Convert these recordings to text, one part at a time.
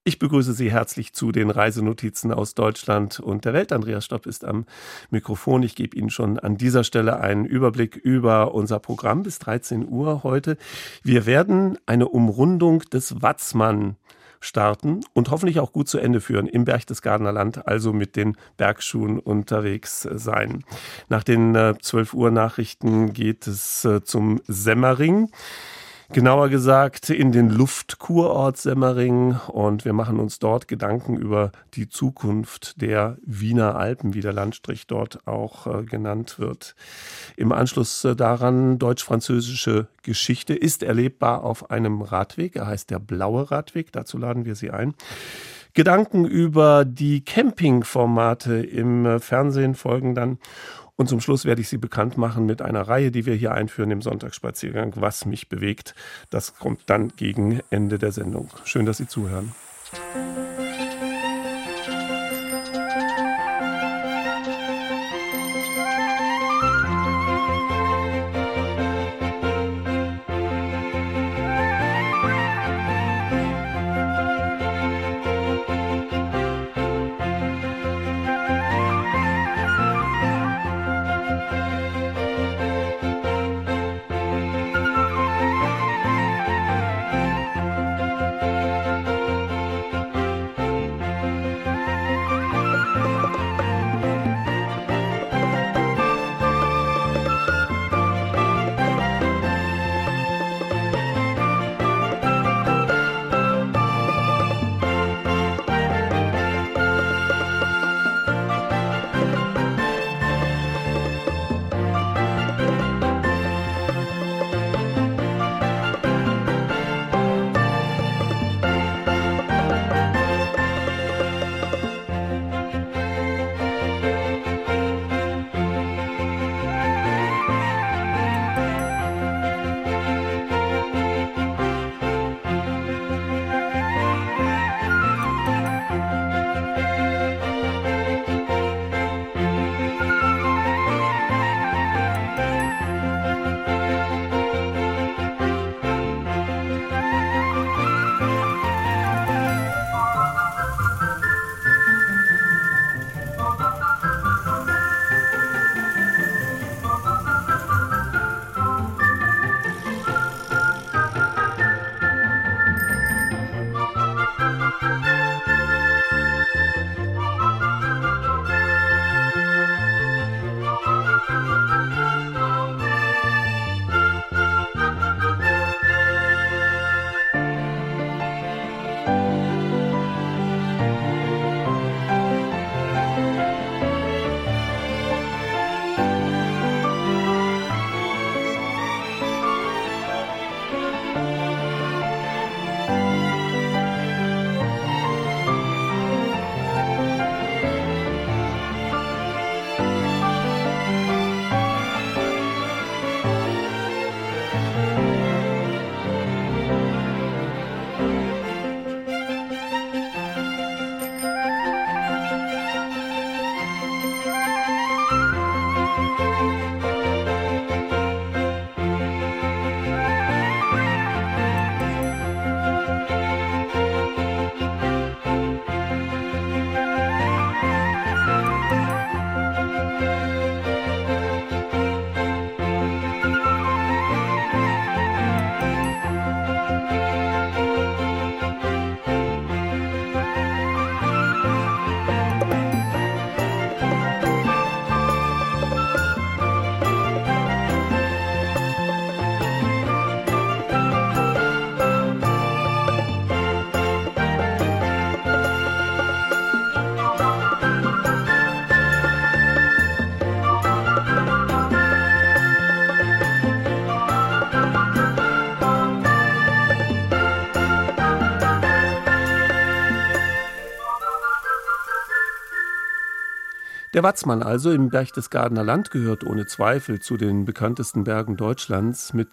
Ich begrüße Sie herzlich zu den Reisenotizen aus Deutschland und der Welt. Andreas Stopp ist am Mikrofon. Ich gebe Ihnen schon an dieser Stelle einen Überblick über unser Programm bis 13 Uhr heute. Wir werden eine Umrundung des Watzmann starten und hoffentlich auch gut zu Ende führen im Berchtesgadener Land, also mit den Bergschuhen unterwegs sein. Nach den 12 Uhr Nachrichten geht es zum Semmering. Genauer gesagt in den Luftkurort Semmering, und wir machen uns dort Gedanken über die Zukunft der Wiener Alpen, wie der Landstrich dort auch genannt wird. Im Anschluss daran deutsch-französische Geschichte ist erlebbar auf einem Radweg, er heißt der Blaue Radweg, dazu laden wir Sie ein. Gedanken über die Campingformate im Fernsehen folgen dann. Und zum Schluss werde ich Sie bekannt machen mit einer Reihe, die wir hier einführen im Sonntagsspaziergang, was mich bewegt. Das kommt dann gegen Ende der Sendung. Schön, dass Sie zuhören. Der Watzmann also im Berchtesgadener Land gehört ohne Zweifel zu den bekanntesten Bergen Deutschlands. Mit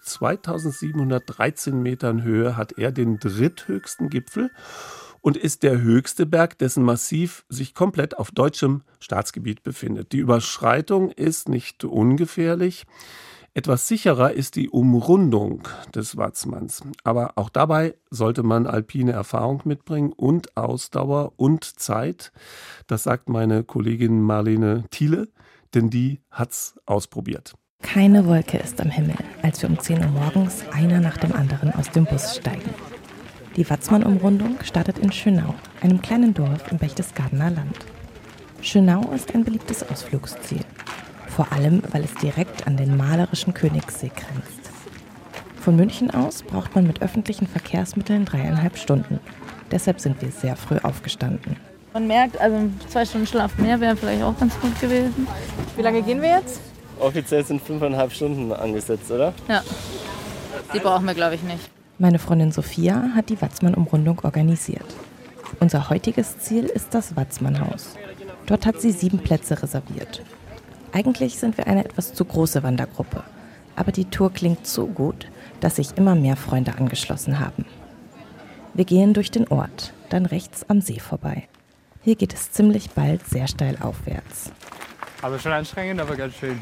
2713 Metern Höhe hat er den dritthöchsten Gipfel und ist der höchste Berg, dessen Massiv sich komplett auf deutschem Staatsgebiet befindet. Die Überschreitung ist nicht ungefährlich. Etwas sicherer ist die Umrundung des Watzmanns. Aber auch dabei sollte man alpine Erfahrung mitbringen und Ausdauer und Zeit. Das sagt meine Kollegin Marlene Thiele, denn die hat's ausprobiert. Keine Wolke ist am Himmel, als wir um 10 Uhr morgens einer nach dem anderen aus dem Bus steigen. Die Watzmann-Umrundung startet in Schönau, einem kleinen Dorf im Berchtesgadener Land. Schönau ist ein beliebtes Ausflugsziel. Vor allem, weil es direkt an den malerischen Königssee grenzt. Von München aus braucht man mit öffentlichen Verkehrsmitteln 3,5 Stunden. Deshalb sind wir sehr früh aufgestanden. Man merkt, also 2 Stunden Schlaf mehr wäre vielleicht auch ganz gut gewesen. Wie lange gehen wir jetzt? Offiziell sind 5,5 Stunden angesetzt, oder? Ja, die brauchen wir, glaube ich, nicht. Meine Freundin Sophia hat die Watzmann-Umrundung organisiert. Unser heutiges Ziel ist das Watzmannhaus. Dort hat sie 7 Plätze reserviert. Eigentlich sind wir eine etwas zu große Wandergruppe. Aber die Tour klingt so gut, dass sich immer mehr Freunde angeschlossen haben. Wir gehen durch den Ort, dann rechts am See vorbei. Hier geht es ziemlich bald sehr steil aufwärts. Also schon anstrengend, aber ganz schön.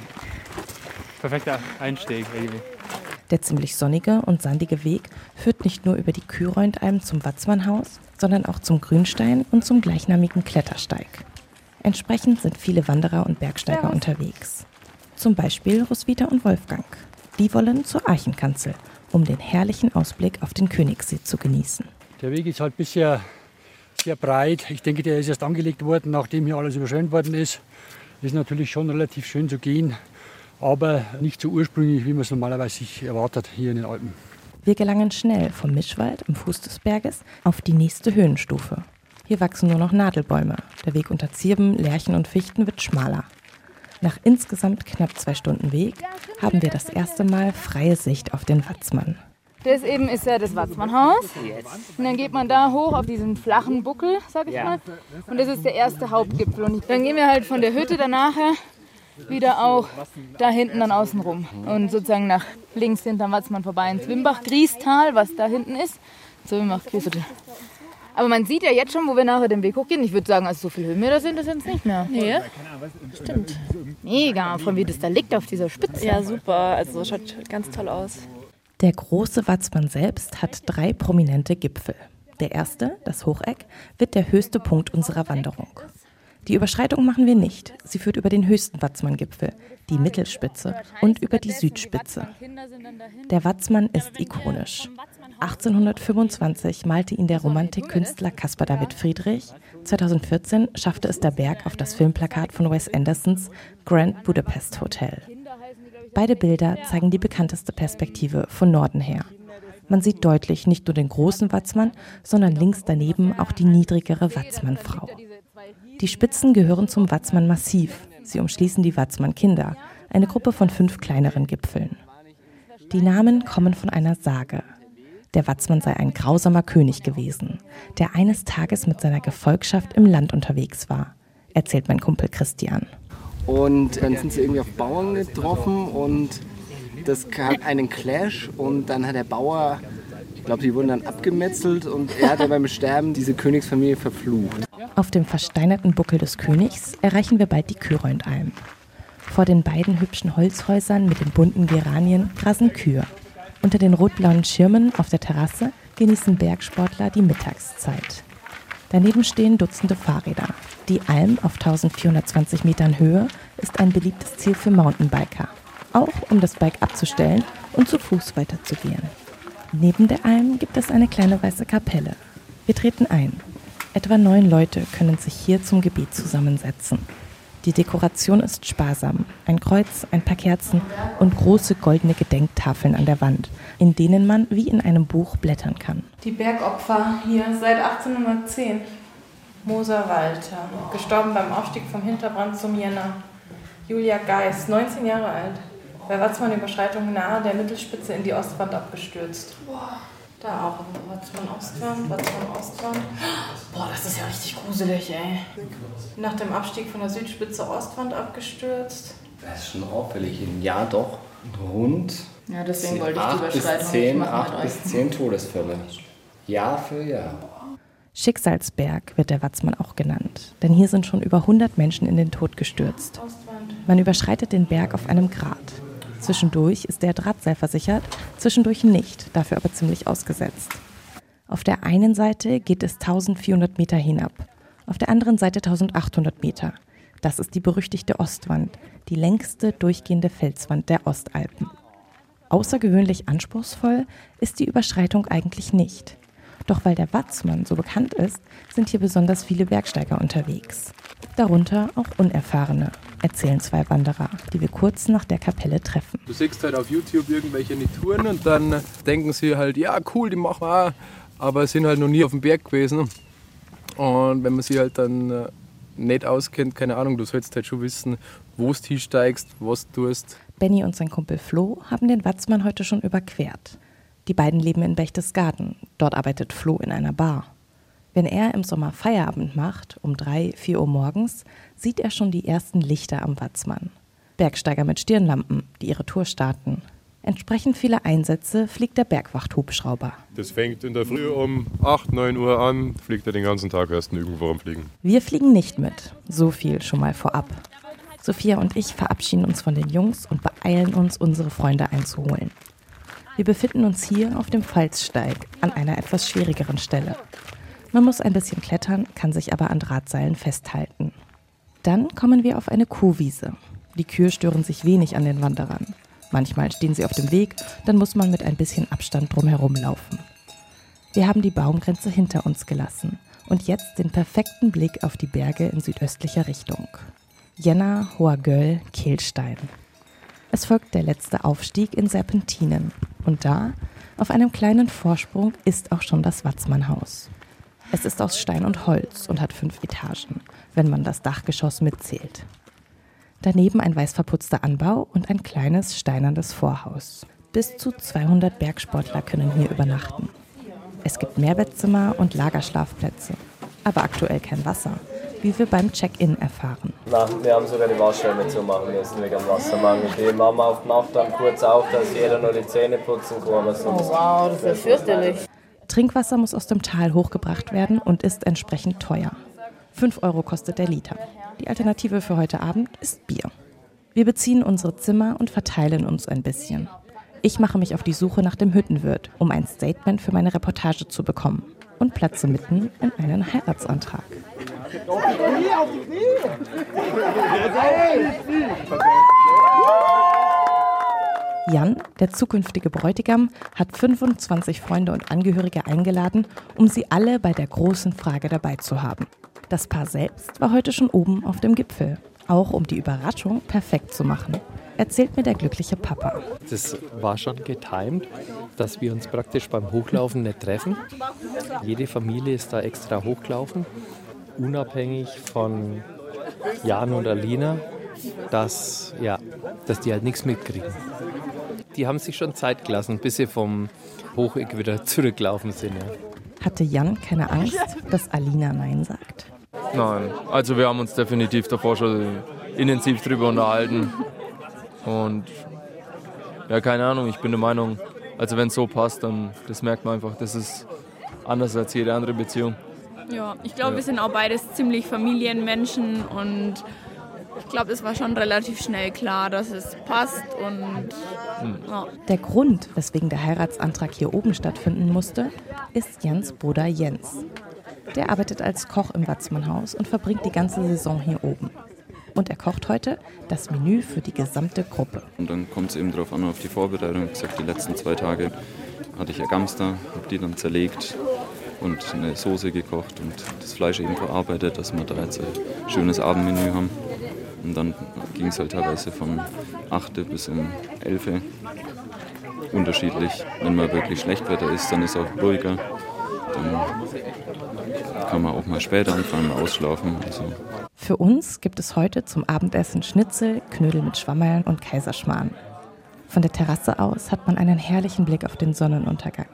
Perfekter Einstieg irgendwie. Der ziemlich sonnige und sandige Weg führt nicht nur über die Kühräundalm zum Watzmannhaus, sondern auch zum Grünstein und zum gleichnamigen Klettersteig. Entsprechend sind viele Wanderer und Bergsteiger unterwegs. Zum Beispiel Roswitha und Wolfgang. Die wollen zur Archenkanzel, um den herrlichen Ausblick auf den Königssee zu genießen. Der Weg ist halt bisher sehr breit. Ich denke, der ist erst angelegt worden, nachdem hier alles überschwemmt worden ist. Ist natürlich schon relativ schön zu gehen, aber nicht so ursprünglich, wie man es normalerweise sich erwartet hier in den Alpen. Wir gelangen schnell vom Mischwald am Fuß des Berges auf die nächste Höhenstufe. Hier wachsen nur noch Nadelbäume. Der Weg unter Zirben, Lärchen und Fichten wird schmaler. Nach insgesamt knapp 2 Stunden Weg haben wir das erste Mal freie Sicht auf den Watzmann. Das eben ist ja das Watzmannhaus. Und dann geht man da hoch auf diesen flachen Buckel, sag ich mal. Und das ist der erste Hauptgipfel. Und dann gehen wir halt von der Hütte dann nachher wieder auch da hinten dann außen rum. Und sozusagen nach links hinterm Watzmann vorbei ins Wimbach-Griestal, was da hinten ist. So, Wimbach-Griestal. Aber man sieht ja jetzt schon, wo wir nachher den Weg hochgehen. Ich würde sagen, also so viele Höhenmeter sind das jetzt nicht mehr. Nee, stimmt. Mega, von wie das da liegt auf dieser Spitze. Ja, super. Also schaut ganz toll aus. Der große Watzmann selbst hat 3 prominente Gipfel. Der erste, das Hocheck, wird der höchste Punkt unserer Wanderung. Die Überschreitung machen wir nicht. Sie führt über den höchsten Watzmann-Gipfel, die Mittelspitze und über die Südspitze. Der Watzmann ist ikonisch. 1825 malte ihn der Romantikkünstler Caspar David Friedrich. 2014 schaffte es der Berg auf das Filmplakat von Wes Andersons Grand Budapest Hotel. Beide Bilder zeigen die bekannteste Perspektive von Norden her. Man sieht deutlich nicht nur den großen Watzmann, sondern links daneben auch die niedrigere Watzmannfrau. Die Spitzen gehören zum Watzmann-Massiv. Sie umschließen die Watzmann-Kinder, eine Gruppe von 5 kleineren Gipfeln. Die Namen kommen von einer Sage. Der Watzmann sei ein grausamer König gewesen, der eines Tages mit seiner Gefolgschaft im Land unterwegs war, erzählt mein Kumpel Christian. Und dann sind sie irgendwie auf Bauern getroffen und das gab einen Clash und dann hat der Bauer, ich glaube, die wurden dann abgemetzelt und er hat ja beim Sterben diese Königsfamilie verflucht. Auf dem versteinerten Buckel des Königs erreichen wir bald die Kühräundalm. Vor den beiden hübschen Holzhäusern mit den bunten Geranien grasen Kühe. Unter den rot-blauen Schirmen auf der Terrasse genießen Bergsportler die Mittagszeit. Daneben stehen Dutzende Fahrräder. Die Alm auf 1420 Metern Höhe ist ein beliebtes Ziel für Mountainbiker. Auch um das Bike abzustellen und zu Fuß weiterzugehen. Neben der Alm gibt es eine kleine weiße Kapelle. Wir treten ein. Etwa 9 Leute können sich hier zum Gebet zusammensetzen. Die Dekoration ist sparsam. Ein Kreuz, ein paar Kerzen und große goldene Gedenktafeln an der Wand, in denen man wie in einem Buch blättern kann. Die Bergopfer hier seit 1810. Moser Walter, gestorben beim Aufstieg vom Hinterbrand zum Jänner. Julia Geis, 19 Jahre alt, bei Watzmann-Überschreitung nahe der Mittelspitze in die Ostwand abgestürzt. Da auch Watzmann-Ostwand, Watzmann-Ostwand. Boah, das ist ja richtig gruselig, ey. Nach dem Abstieg von der Südspitze Ostwand abgestürzt. Das ist schon auffällig. Ja, doch. Rund Ja, deswegen wollte ich die Überschreitung nicht machen 8 bis 10 Todesfälle. Jahr für Jahr. Schicksalsberg wird der Watzmann auch genannt, denn hier sind schon über 100 Menschen in den Tod gestürzt. Man überschreitet den Berg auf einem Grat. Zwischendurch ist der Drahtseil versichert, zwischendurch nicht, dafür aber ziemlich ausgesetzt. Auf der einen Seite geht es 1400 Meter hinab, auf der anderen Seite 1800 Meter. Das ist die berüchtigte Ostwand, die längste durchgehende Felswand der Ostalpen. Außergewöhnlich anspruchsvoll ist die Überschreitung eigentlich nicht. Doch weil der Watzmann so bekannt ist, sind hier besonders viele Bergsteiger unterwegs. Darunter auch Unerfahrene, erzählen 2 Wanderer, die wir kurz nach der Kapelle treffen. Du siehst halt auf YouTube irgendwelche Touren und dann denken sie halt, ja cool, die machen wir auch, aber sind halt noch nie auf dem Berg gewesen. Und wenn man sich halt dann nicht auskennt, keine Ahnung, du sollst halt schon wissen, wo du hinsteigst, was du tust. Benny und sein Kumpel Flo haben den Watzmann heute schon überquert. Die beiden leben in Berchtesgaden. Dort arbeitet Flo in einer Bar. Wenn er im Sommer Feierabend macht, um 3, 4 Uhr morgens, sieht er schon die ersten Lichter am Watzmann. Bergsteiger mit Stirnlampen, die ihre Tour starten. Entsprechend viele Einsätze fliegt der Bergwacht-Hubschrauber. Das fängt in der Früh um 8, 9 Uhr an, fliegt er den ganzen Tag erst irgendwo rumfliegen. Wir fliegen nicht mit, so viel schon mal vorab. Sophia und ich verabschieden uns von den Jungs und beeilen uns, unsere Freunde einzuholen. Wir befinden uns hier auf dem Pfalzsteig, an einer etwas schwierigeren Stelle. Man muss ein bisschen klettern, kann sich aber an Drahtseilen festhalten. Dann kommen wir auf eine Kuhwiese. Die Kühe stören sich wenig an den Wanderern. Manchmal stehen sie auf dem Weg, dann muss man mit ein bisschen Abstand drumherum laufen. Wir haben die Baumgrenze hinter uns gelassen und jetzt den perfekten Blick auf die Berge in südöstlicher Richtung. Jenna, Hoher Göll, Kehlstein. Es folgt der letzte Aufstieg in Serpentinen. Und da, auf einem kleinen Vorsprung, ist auch schon das Watzmannhaus. Es ist aus Stein und Holz und hat 5 Etagen, wenn man das Dachgeschoss mitzählt. Daneben ein weiß verputzter Anbau und ein kleines steinernes Vorhaus. Bis zu 200 Bergsportler können hier übernachten. Es gibt Mehrbettzimmer und Lagerschlafplätze, aber aktuell kein Wasser, wie wir beim Check-in erfahren. Na, wir haben sogar die Waschräume zumachen müssen wegen dem Wassermangel. Die machen wir auf Nacht dann kurz auf, dass jeder nur die Zähne putzen kann. Aber sonst wow, das ist fürchterlich. Trinkwasser muss aus dem Tal hochgebracht werden und ist entsprechend teuer. 5 € kostet der Liter. Die Alternative für heute Abend ist Bier. Wir beziehen unsere Zimmer und verteilen uns ein bisschen. Ich mache mich auf die Suche nach dem Hüttenwirt, um ein Statement für meine Reportage zu bekommen und platze mitten in einen Heiratsantrag. Jan, der zukünftige Bräutigam, hat 25 Freunde und Angehörige eingeladen, um sie alle bei der großen Frage dabei zu haben. Das Paar selbst war heute schon oben auf dem Gipfel, auch um die Überraschung perfekt zu machen. Erzählt mir der glückliche Papa. Das war schon getimt, dass wir uns praktisch beim Hochlaufen nicht treffen. Jede Familie ist da extra hochgelaufen, unabhängig von Jan und Alina, dass die halt nichts mitkriegen. Die haben sich schon Zeit gelassen, bis sie vom Hocheck wieder zurückgelaufen sind. Ja. Hatte Jan keine Angst, dass Alina Nein sagt? Nein, also wir haben uns definitiv davor schon intensiv drüber unterhalten. Und ja, keine Ahnung, ich bin der Meinung, also wenn es so passt, dann das merkt man einfach, das ist anders als jede andere Beziehung. Ja, ich glaube, wir sind auch beides ziemlich Familienmenschen und ich glaube, es war schon relativ schnell klar, dass es passt. Und ja. Der Grund, weswegen der Heiratsantrag hier oben stattfinden musste, ist Jans Bruder Jens. Der arbeitet als Koch im Watzmannhaus und verbringt die ganze Saison hier oben. Und er kocht heute das Menü für die gesamte Gruppe. Und dann kommt es eben darauf an, auf die Vorbereitung. Ich gesagt, die letzten 2 Tage hatte ich ja Gamster, habe die dann zerlegt und eine Soße gekocht und das Fleisch eben verarbeitet, dass wir da jetzt ein schönes Abendmenü haben. Und dann ging es halt teilweise von 8 bis um 11 unterschiedlich. Wenn mal wirklich Schlechtwetter ist, dann ist es auch ruhiger. Dann kann man auch mal später anfangen, mal ausschlafen. Also. Für uns gibt es heute zum Abendessen Schnitzel, Knödel mit Schwammerln und Kaiserschmarrn. Von der Terrasse aus hat man einen herrlichen Blick auf den Sonnenuntergang.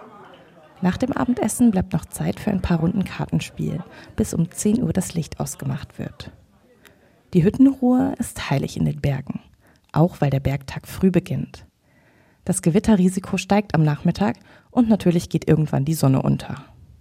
Nach dem Abendessen bleibt noch Zeit für ein paar Runden Kartenspiel, bis um 10 Uhr das Licht ausgemacht wird. Die Hüttenruhe ist heilig in den Bergen, auch weil der Bergtag früh beginnt. Das Gewitterrisiko steigt am Nachmittag und natürlich geht irgendwann die Sonne unter.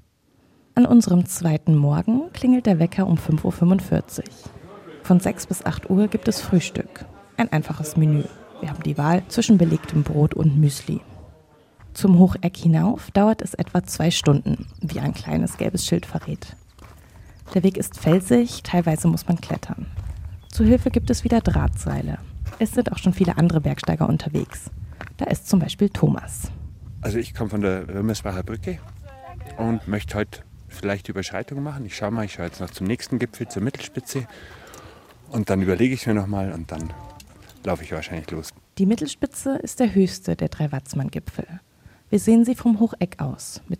An unserem zweiten Morgen klingelt der Wecker um 5:45 Uhr. Von 6 bis 8 Uhr gibt es Frühstück, ein einfaches Menü. Wir haben die Wahl zwischen belegtem Brot und Müsli. Zum Hocheck hinauf dauert es etwa 2 Stunden, wie ein kleines gelbes Schild verrät. Der Weg ist felsig, teilweise muss man klettern. Zu Hilfe gibt es wieder Drahtseile. Es sind auch schon viele andere Bergsteiger unterwegs. Da ist zum Beispiel Thomas. Also ich komme von der Römersbacher Brücke und möchte heute vielleicht die Überschreitung machen. Ich schaue jetzt noch zum nächsten Gipfel, zur Mittelspitze. Und dann überlege ich mir nochmal und dann laufe ich wahrscheinlich los. Die Mittelspitze ist der höchste der 3 Watzmann-Gipfel. Wir sehen sie vom Hocheck aus, mit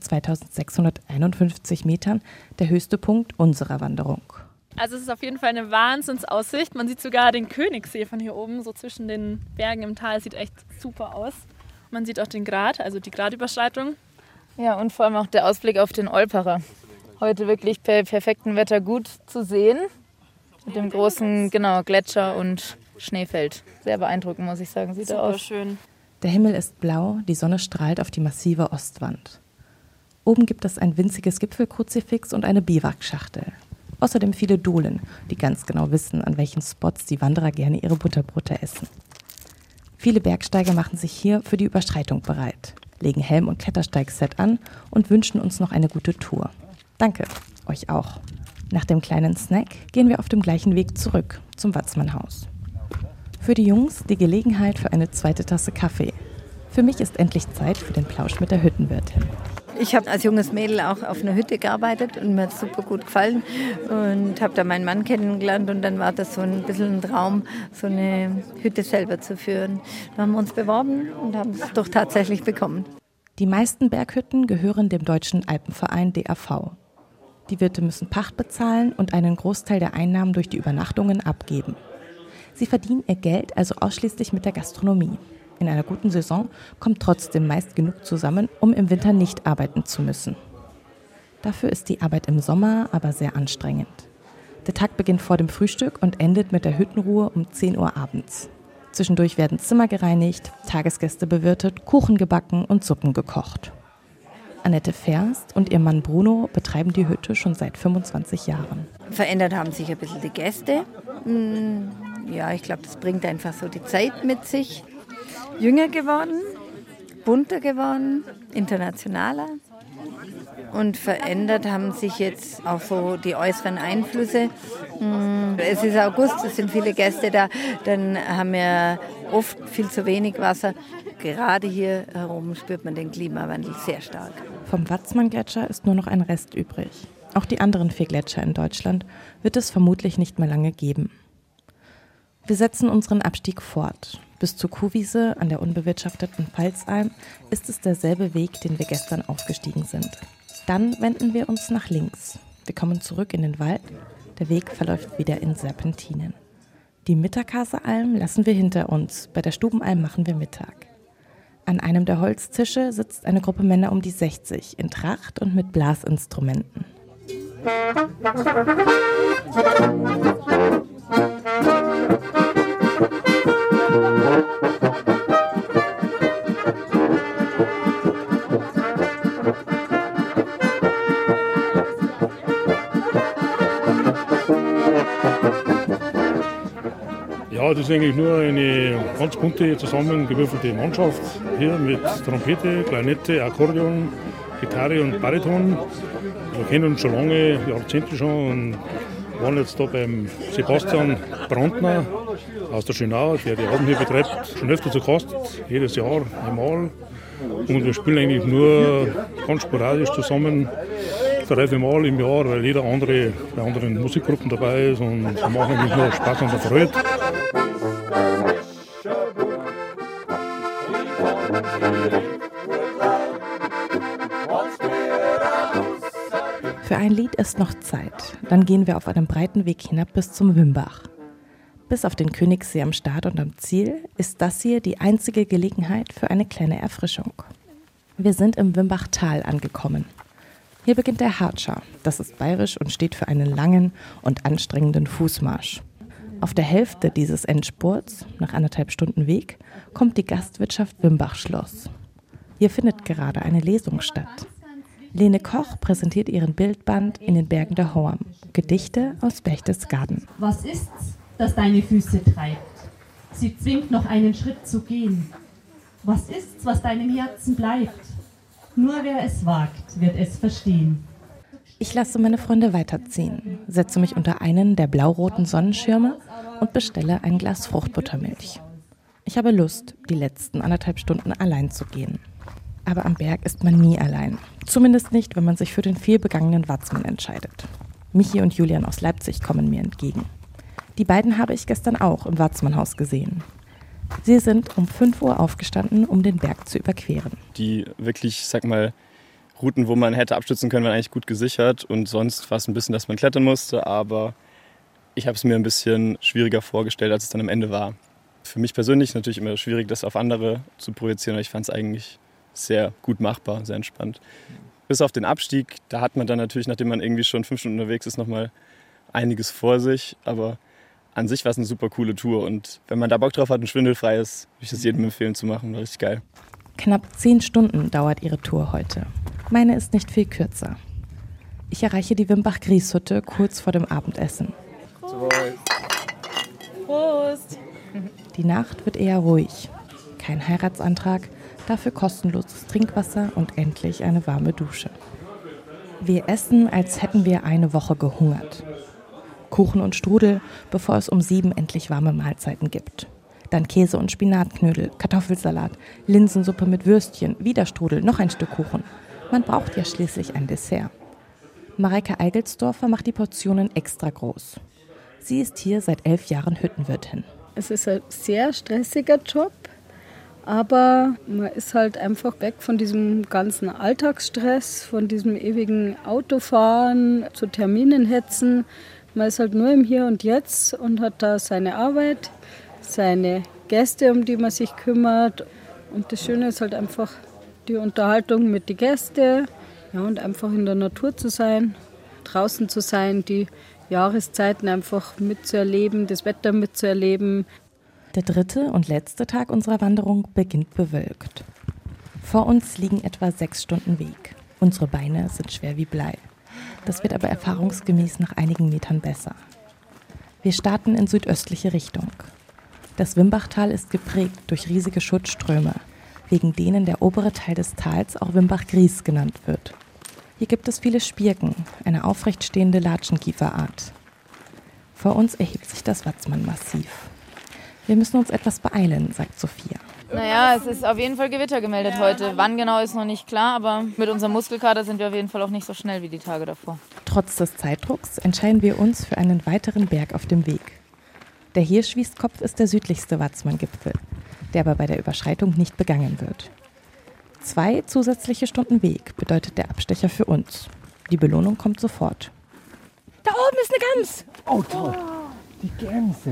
2651 Metern, der höchste Punkt unserer Wanderung. Also es ist auf jeden Fall eine Wahnsinnsaussicht. Man sieht sogar den Königssee von hier oben, so zwischen den Bergen im Tal. Sieht echt super aus. Man sieht auch den Grat, also die Gratüberschreitung. Ja, und vor allem auch der Ausblick auf den Olperer. Heute wirklich bei perfektem Wetter gut zu sehen. Mit dem großen Gletscher und Schneefeld. Sehr beeindruckend, muss ich sagen. Sieht super aus. Schön. Der Himmel ist blau, die Sonne strahlt auf die massive Ostwand. Oben gibt es ein winziges Gipfelkruzifix und eine Biwakschachtel. Außerdem viele Dohlen, die ganz genau wissen, an welchen Spots die Wanderer gerne ihre Butterbrote essen. Viele Bergsteiger machen sich hier für die Überschreitung bereit, legen Helm und Klettersteigset an und wünschen uns noch eine gute Tour. Danke, euch auch. Nach dem kleinen Snack gehen wir auf dem gleichen Weg zurück zum Watzmannhaus. Für die Jungs die Gelegenheit für eine 2. Tasse Kaffee. Für mich ist endlich Zeit für den Plausch mit der Hüttenwirtin. Ich habe als junges Mädel auch auf einer Hütte gearbeitet und mir hat es super gut gefallen und habe da meinen Mann kennengelernt und dann war das so ein bisschen ein Traum, so eine Hütte selber zu führen. Da haben wir uns beworben und haben es doch tatsächlich bekommen. Die meisten Berghütten gehören dem Deutschen Alpenverein DAV. Die Wirte müssen Pacht bezahlen und einen Großteil der Einnahmen durch die Übernachtungen abgeben. Sie verdienen ihr Geld also ausschließlich mit der Gastronomie. In einer guten Saison kommt trotzdem meist genug zusammen, um im Winter nicht arbeiten zu müssen. Dafür ist die Arbeit im Sommer aber sehr anstrengend. Der Tag beginnt vor dem Frühstück und endet mit der Hüttenruhe um 10 Uhr abends. Zwischendurch werden Zimmer gereinigt, Tagesgäste bewirtet, Kuchen gebacken und Suppen gekocht. Annette Ferst und ihr Mann Bruno betreiben die Hütte schon seit 25 Jahren. Verändert haben sich ein bisschen die Gäste. Ja, ich glaube, das bringt einfach so die Zeit mit sich. Jünger geworden, bunter geworden, internationaler. Und verändert haben sich jetzt auch so die äußeren Einflüsse. Es ist August, es sind viele Gäste da, dann haben wir oft viel zu wenig Wasser. Gerade hier herum spürt man den Klimawandel sehr stark. Vom Watzmann-Gletscher ist nur noch ein Rest übrig. Auch die anderen 4 Gletscher in Deutschland wird es vermutlich nicht mehr lange geben. Wir setzen unseren Abstieg fort. Bis zur Kuhwiese an der unbewirtschafteten Pfalzalm ist es derselbe Weg, den wir gestern aufgestiegen sind. Dann wenden wir uns nach links. Wir kommen zurück in den Wald. Der Weg verläuft wieder in Serpentinen. Die Mitterkaseralm lassen wir hinter uns. Bei der Stubenalm machen wir Mittag. An einem der Holztische sitzt eine Gruppe Männer um die 60 in Tracht und mit Blasinstrumenten. Ja, das ist eigentlich nur eine ganz bunte, zusammengewürfelte Mannschaft hier mit Trompete, Klarinette, Akkordeon, Gitarre und Bariton. Wir kennen uns schon lange, Jahrzehnte schon und waren jetzt da beim Sebastian Brandner aus der Schönau, der die Alben hier betreibt, schon öfter zu Gast, jedes Jahr einmal. Und wir spielen eigentlich nur ganz sporadisch zusammen, 3-4 Mal im Jahr, weil jeder andere bei anderen Musikgruppen dabei ist und wir machen eigentlich nur Spaß und Freude. Für ein Lied ist noch Zeit. Dann gehen wir auf einem breiten Weg hinab bis zum Wimbach. Bis auf den Königssee am Start und am Ziel ist das hier die einzige Gelegenheit für eine kleine Erfrischung. Wir sind im Wimbachtal angekommen. Hier beginnt der Hartscher. Das ist bayerisch und steht für einen langen und anstrengenden Fußmarsch. Auf der Hälfte dieses Endspurts, nach 1,5 Stunden Weg, kommt die Gastwirtschaft Wimbach-Schloss. Hier findet gerade eine Lesung statt. Lene Koch präsentiert ihren Bildband In den Bergen der Horm. Gedichte aus Berchtesgaden. Was ist's, das deine Füße treibt? sie zwingt noch einen Schritt zu gehen. Was ist's, was deinem Herzen bleibt? Nur wer es wagt, wird es verstehen. Ich lasse meine Freunde weiterziehen, setze mich unter einen der blau-roten Sonnenschirme und bestelle ein Glas Fruchtbuttermilch. Ich habe Lust, die letzten 1,5 Stunden allein zu gehen. Aber am Berg ist man nie allein. Zumindest nicht, wenn man sich für den vielbegangenen Watzmann entscheidet. Michi und Julian aus Leipzig kommen mir entgegen. Die beiden habe ich gestern auch im Watzmannhaus gesehen. Sie sind um 5 Uhr aufgestanden, um den Berg zu überqueren. Die wirklich, sag mal, Routen, wo man hätte abstützen können, waren eigentlich gut gesichert. Und sonst war es ein bisschen, dass man klettern musste. Aber ich habe es mir ein bisschen schwieriger vorgestellt, als es dann am Ende war. Für mich persönlich ist es natürlich immer schwierig, das auf andere zu projizieren. Aber ich fand es eigentlich sehr gut machbar, sehr entspannt. Bis auf den Abstieg, da hat man dann natürlich, nachdem man irgendwie schon 5 Stunden unterwegs ist, nochmal einiges vor sich. Aber an sich war es eine super coole Tour. Und wenn man da Bock drauf hat und schwindelfrei ist, würde ich das jedem empfehlen zu machen. War richtig geil. Knapp 10 Stunden dauert ihre Tour heute. Meine ist nicht viel kürzer. Ich erreiche die Wimbach-Gries-Hütte kurz vor dem Abendessen. Prost! Die Nacht wird eher ruhig. Kein Heiratsantrag, dafür kostenloses Trinkwasser und endlich eine warme Dusche. Wir essen, als hätten wir eine Woche gehungert. Kuchen und Strudel, bevor es um 7 endlich warme Mahlzeiten gibt. Dann Käse und Spinatknödel, Kartoffelsalat, Linsensuppe mit Würstchen, wieder Strudel, noch ein Stück Kuchen. Man braucht ja schließlich ein Dessert. Mareike Eigelsdorfer macht die Portionen extra groß. Sie ist hier seit 11 Jahren Hüttenwirtin. Es ist ein sehr stressiger Job, aber man ist halt einfach weg von diesem ganzen Alltagsstress, von diesem ewigen Autofahren, zu Terminen hetzen. Man ist halt nur im Hier und Jetzt und hat da seine Arbeit, seine Gäste, um die man sich kümmert. Und das Schöne ist halt einfach die Unterhaltung mit den Gästen, ja, und einfach in der Natur zu sein, draußen zu sein, die Jahreszeiten einfach mitzuerleben, das Wetter mitzuerleben. Der 3. und letzte Tag unserer Wanderung beginnt bewölkt. Vor uns liegen etwa 6 Stunden Weg. Unsere Beine sind schwer wie Blei. Das wird aber erfahrungsgemäß nach einigen Metern besser. Wir starten in südöstliche Richtung. Das Wimbachtal ist geprägt durch riesige Schuttströme, wegen denen der obere Teil des Tals auch Wimbach-Gries genannt wird. Hier gibt es viele Spirken, eine aufrecht stehende Latschenkieferart. Vor uns erhebt sich das Watzmann-Massiv. Wir müssen uns etwas beeilen, sagt Sophia. Naja, es ist auf jeden Fall Gewitter gemeldet heute. Wann genau ist noch nicht klar, aber mit unserem Muskelkater sind wir auf jeden Fall auch nicht so schnell wie die Tage davor. Trotz des Zeitdrucks entscheiden wir uns für einen weiteren Berg auf dem Weg. Der Hirschwieskopf ist der südlichste Watzmann-Gipfel, der aber bei der Überschreitung nicht begangen wird. 2 zusätzliche Stunden Weg bedeutet der Abstecher für uns. Die Belohnung kommt sofort. Da oben ist eine Gams! Oh toll, die Gänse.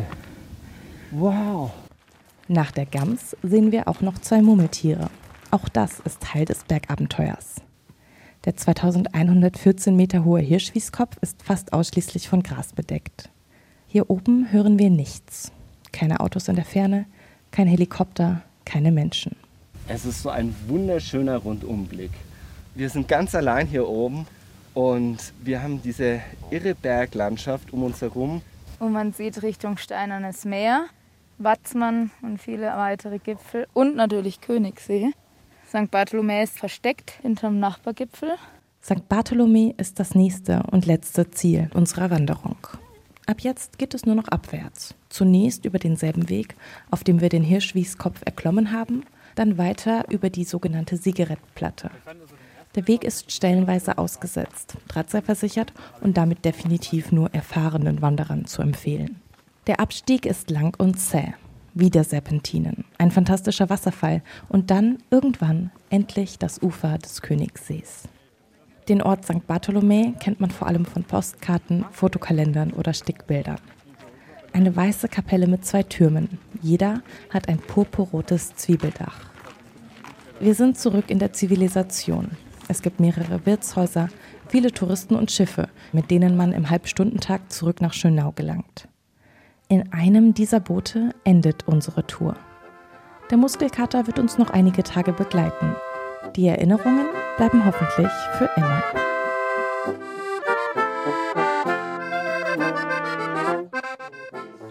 Wow. Nach der Gams sehen wir auch noch 2 Murmeltiere. Auch das ist Teil des Bergabenteuers. Der 2114 Meter hohe Hirschwieskopf ist fast ausschließlich von Gras bedeckt. Hier oben hören wir nichts. Keine Autos in der Ferne, kein Helikopter, keine Menschen. Es ist so ein wunderschöner Rundumblick. Wir sind ganz allein hier oben und wir haben diese irre Berglandschaft um uns herum. Und man sieht Richtung Steinernes Meer, Watzmann und viele weitere Gipfel und natürlich Königssee. St. Bartholomä ist versteckt hinterm Nachbargipfel. St. Bartholomä ist das nächste und letzte Ziel unserer Wanderung. Ab jetzt geht es nur noch abwärts. Zunächst über denselben Weg, auf dem wir den Hirschwieskopf erklommen haben, dann weiter über die sogenannte Sigerettplatte. Der Weg ist stellenweise ausgesetzt, drahtseilversichert und damit definitiv nur erfahrenen Wanderern zu empfehlen. Der Abstieg ist lang und zäh. Wieder Serpentinen, ein fantastischer Wasserfall und dann irgendwann endlich das Ufer des Königssees. Den Ort St. Bartholomä kennt man vor allem von Postkarten, Fotokalendern oder Stickbildern. Eine weiße Kapelle mit 2 Türmen. Jeder hat ein purpurrotes Zwiebeldach. Wir sind zurück in der Zivilisation. Es gibt mehrere Wirtshäuser, viele Touristen und Schiffe, mit denen man im Halbstundentakt zurück nach Schönau gelangt. In einem dieser Boote endet unsere Tour. Der Muskelkater wird uns noch einige Tage begleiten. Die Erinnerungen bleiben hoffentlich für immer.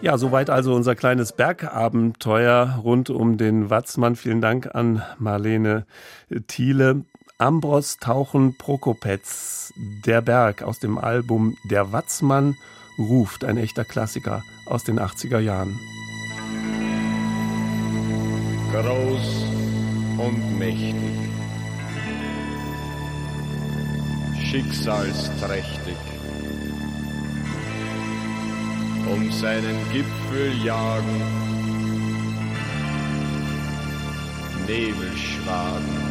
Ja, soweit also unser kleines Bergabenteuer rund um den Watzmann. Vielen Dank an Marlene Thiele. Ambros Tauchen Prokopetz, Der Berg aus dem Album Der Watzmann ruft, ein echter Klassiker aus den 80er Jahren. Groß und mächtig, schicksalsträchtig, um seinen Gipfel jagen Nebelschwaden.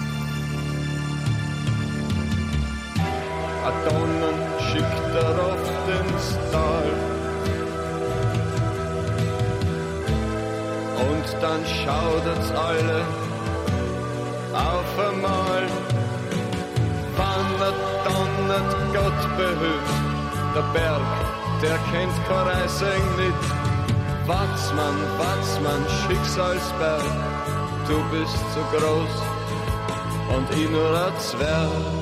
A Donnen schickt er oft ins Tal und dann schaudert's alle auf einmal. Wann donnert, Gott behüt, der Berg, der kennt kein Reising nicht. Watzmann, Watzmann, Schicksalsberg, du bist so groß und ich nur ein Zwerg.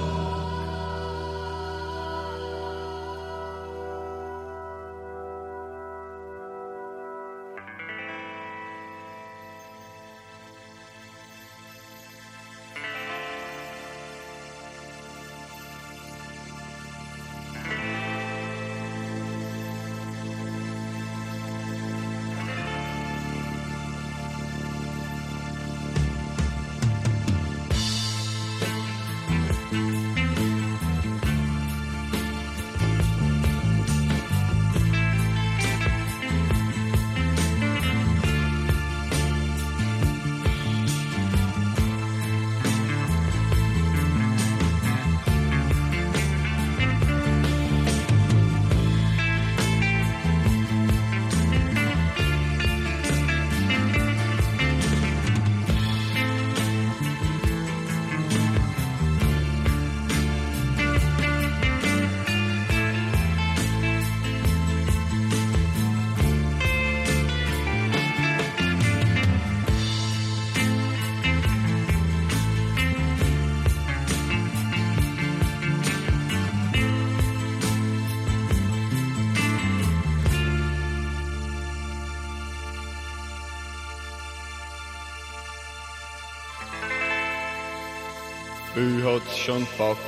Ich hat's schon packt,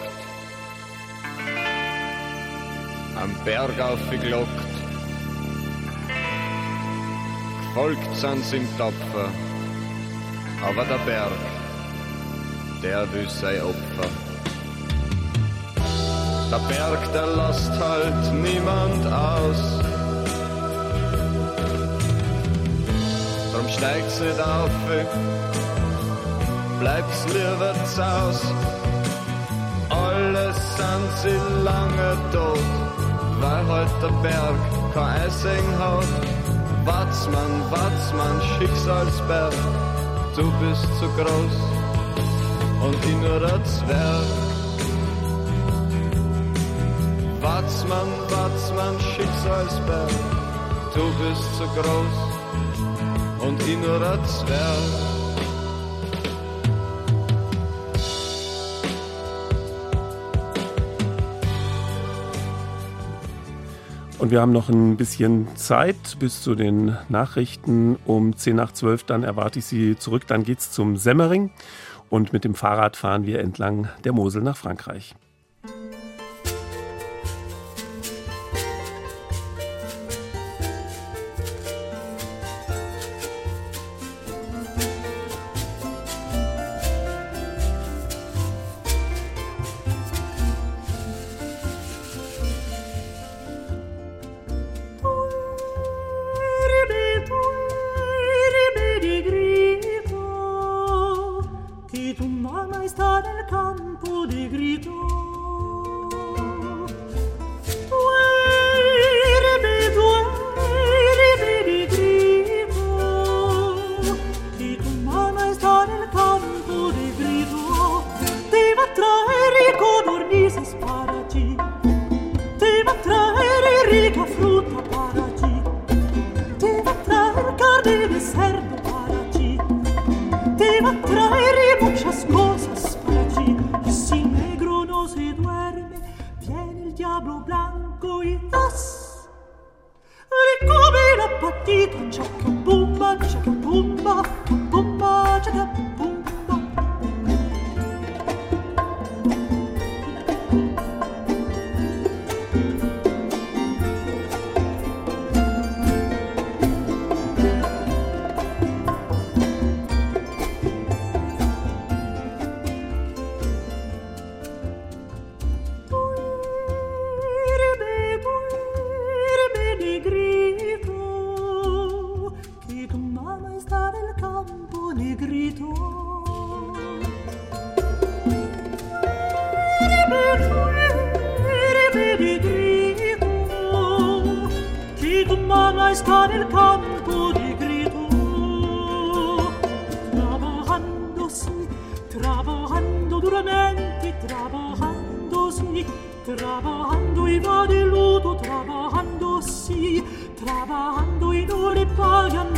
am Berg aufgelockt, gefolgt sind's ihm tapfer, aber der Berg, der will sein Opfer. Der Berg, der lässt halt niemand aus, drum steigt's nicht auf, bleibt's lieber zaus. Alle sind sie lange tot, weil halt der Berg kein Eising hat. Watzmann, Watzmann, Schicksalsberg, du bist zu groß und ich nur ein Zwerg. Watzmann, Watzmann, Schicksalsberg, du bist zu groß und ich nur ein Zwerg. Und wir haben noch ein bisschen Zeit bis zu den Nachrichten. Um 10:10, dann erwarte ich Sie zurück. Dann geht's zum Semmering. Und mit dem Fahrrad fahren wir entlang der Mosel nach Frankreich. Come la chacabumba, chacabumba, bumba, chacabumba. Está nel campo di grito, trabajando duramente, trabajando y va de luto, trabajando y no le pagan,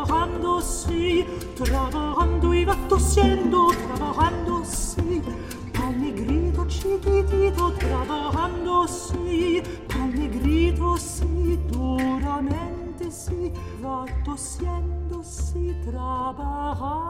trabajando y va tosiendo, trabajando al negrito chiquitito, trabajando al negrito duramente va tosiendo, trabajando.